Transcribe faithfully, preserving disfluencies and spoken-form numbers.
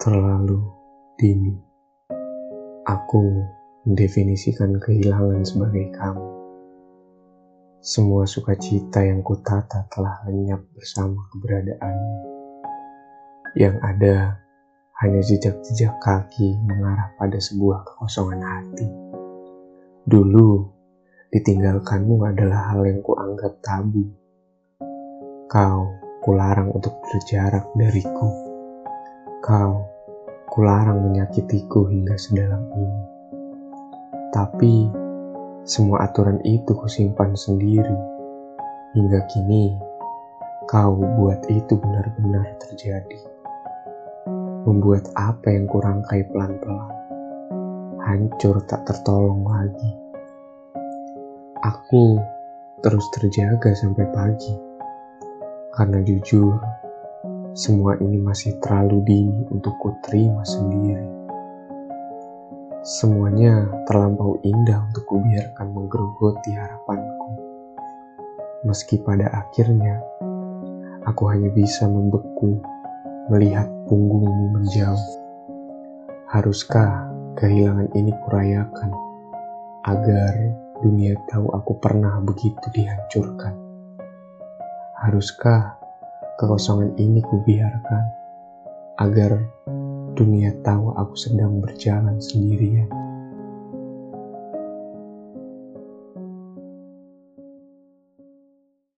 Terlalu dini, aku mendefinisikan kehilangan sebagai kamu. Semua sukacita yang kutata telah lenyap bersama keberadaanmu. Yang ada hanya jejak-jejak kaki mengarah pada sebuah kekosongan hati. Dulu, ditinggalkanmu adalah hal yang kuanggap tabu. Kau kularang untuk berjarak dariku. Kau kularang menyakitiku hingga sedalam ini. Tapi semua aturan itu kusimpan sendiri. Hingga kini kau buat itu benar-benar terjadi. Membuat apa yang kurangkai pelan-pelan hancur tak tertolong lagi. Aku terus terjaga sampai pagi. Karena jujur, semua ini masih terlalu dini untuk kuterima sendiri. Semuanya terlampau indah untuk kubiarkan menggerogoti harapanku. Meski pada akhirnya, aku hanya bisa membeku melihat punggungmu menjauh. Haruskah kehilangan ini kurayakan, agar dunia tahu aku pernah begitu dihancurkan? Haruskah kekosongan ini kubiarkan, agar dunia tahu aku sedang berjalan sendirian?